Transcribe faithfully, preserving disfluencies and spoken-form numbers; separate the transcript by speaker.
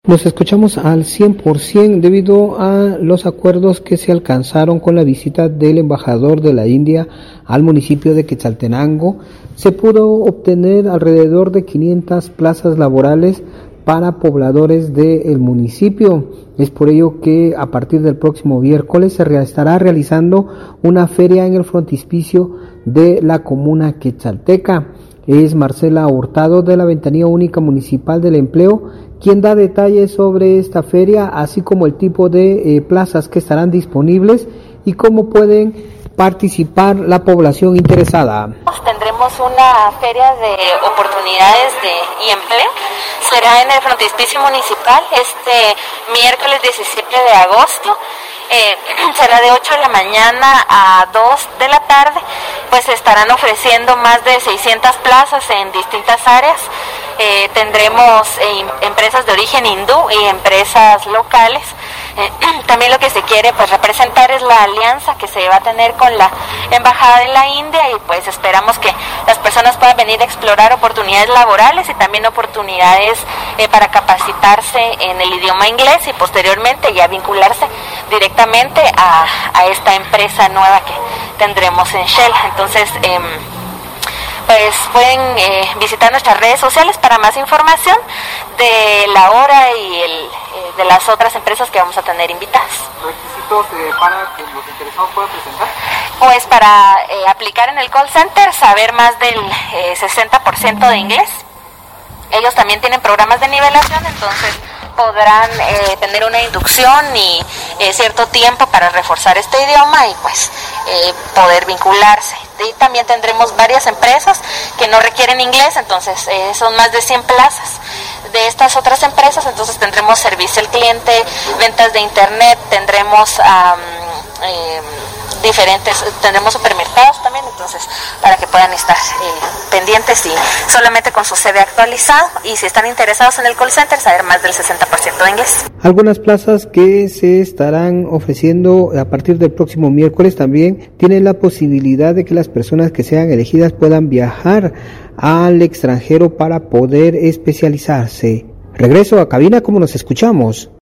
Speaker 1: Nos escuchamos al cien por ciento debido a los acuerdos que se alcanzaron con la visita del embajador de la India al municipio de Quetzaltenango. Se pudo obtener alrededor de quinientas plazas laborales para pobladores del municipio. Es por ello que a partir del próximo miércoles se estará realizando una feria en el frontispicio de la comuna quetzalteca. Es Marcela Hurtado de la Ventanilla Única Municipal del Empleo quien da detalles sobre esta feria, así como el tipo de eh, plazas que estarán disponibles y cómo pueden participar la población interesada.
Speaker 2: Tendremos una feria de oportunidades de, y empleo. Será en el frontispicio municipal este miércoles diecisiete de agosto. Eh, será de ocho de la mañana a dos de la tarde. Pues estarán ofreciendo más de seiscientas plazas en distintas áreas. Eh, tendremos eh, empresas de origen hindú y empresas locales. Eh, también lo que se quiere pues representar es la alianza que se va a tener con la embajada de la India, y pues esperamos que las personas puedan venir a explorar oportunidades laborales y también oportunidades eh, para capacitarse en el idioma inglés y posteriormente ya vincularse directamente a, a esta empresa nueva que tendremos en Shell. Entonces eh, pues pueden eh, visitar nuestras redes sociales para más información de la hora y el, eh, de las otras empresas que vamos a tener invitadas.
Speaker 3: ¿Requisitos eh, para que los interesados puedan presentar?
Speaker 2: Pues para eh, aplicar en el call center, saber más del eh, sesenta por ciento de inglés. Ellos también tienen programas de nivelación, entonces podrán eh, tener una inducción y eh, cierto tiempo para reforzar este idioma y pues eh, poder vincularse. Y también tendremos varias empresas que no requieren inglés, entonces eh, son más de cien plazas. De estas otras empresas, entonces tendremos servicio al cliente, ventas de internet, tendremos um, eh, diferentes, tendremos supermercados también, entonces para que puedan estar eh, pendientes y solamente con su C V actualizado, y si están interesados en el call center, saber más del sesenta por ciento de inglés.
Speaker 1: Algunas plazas que se estarán ofreciendo a partir del próximo miércoles también tienen la posibilidad de que las personas que sean elegidas puedan viajar al extranjero para poder especializarse. Regreso a cabina, como nos escuchamos.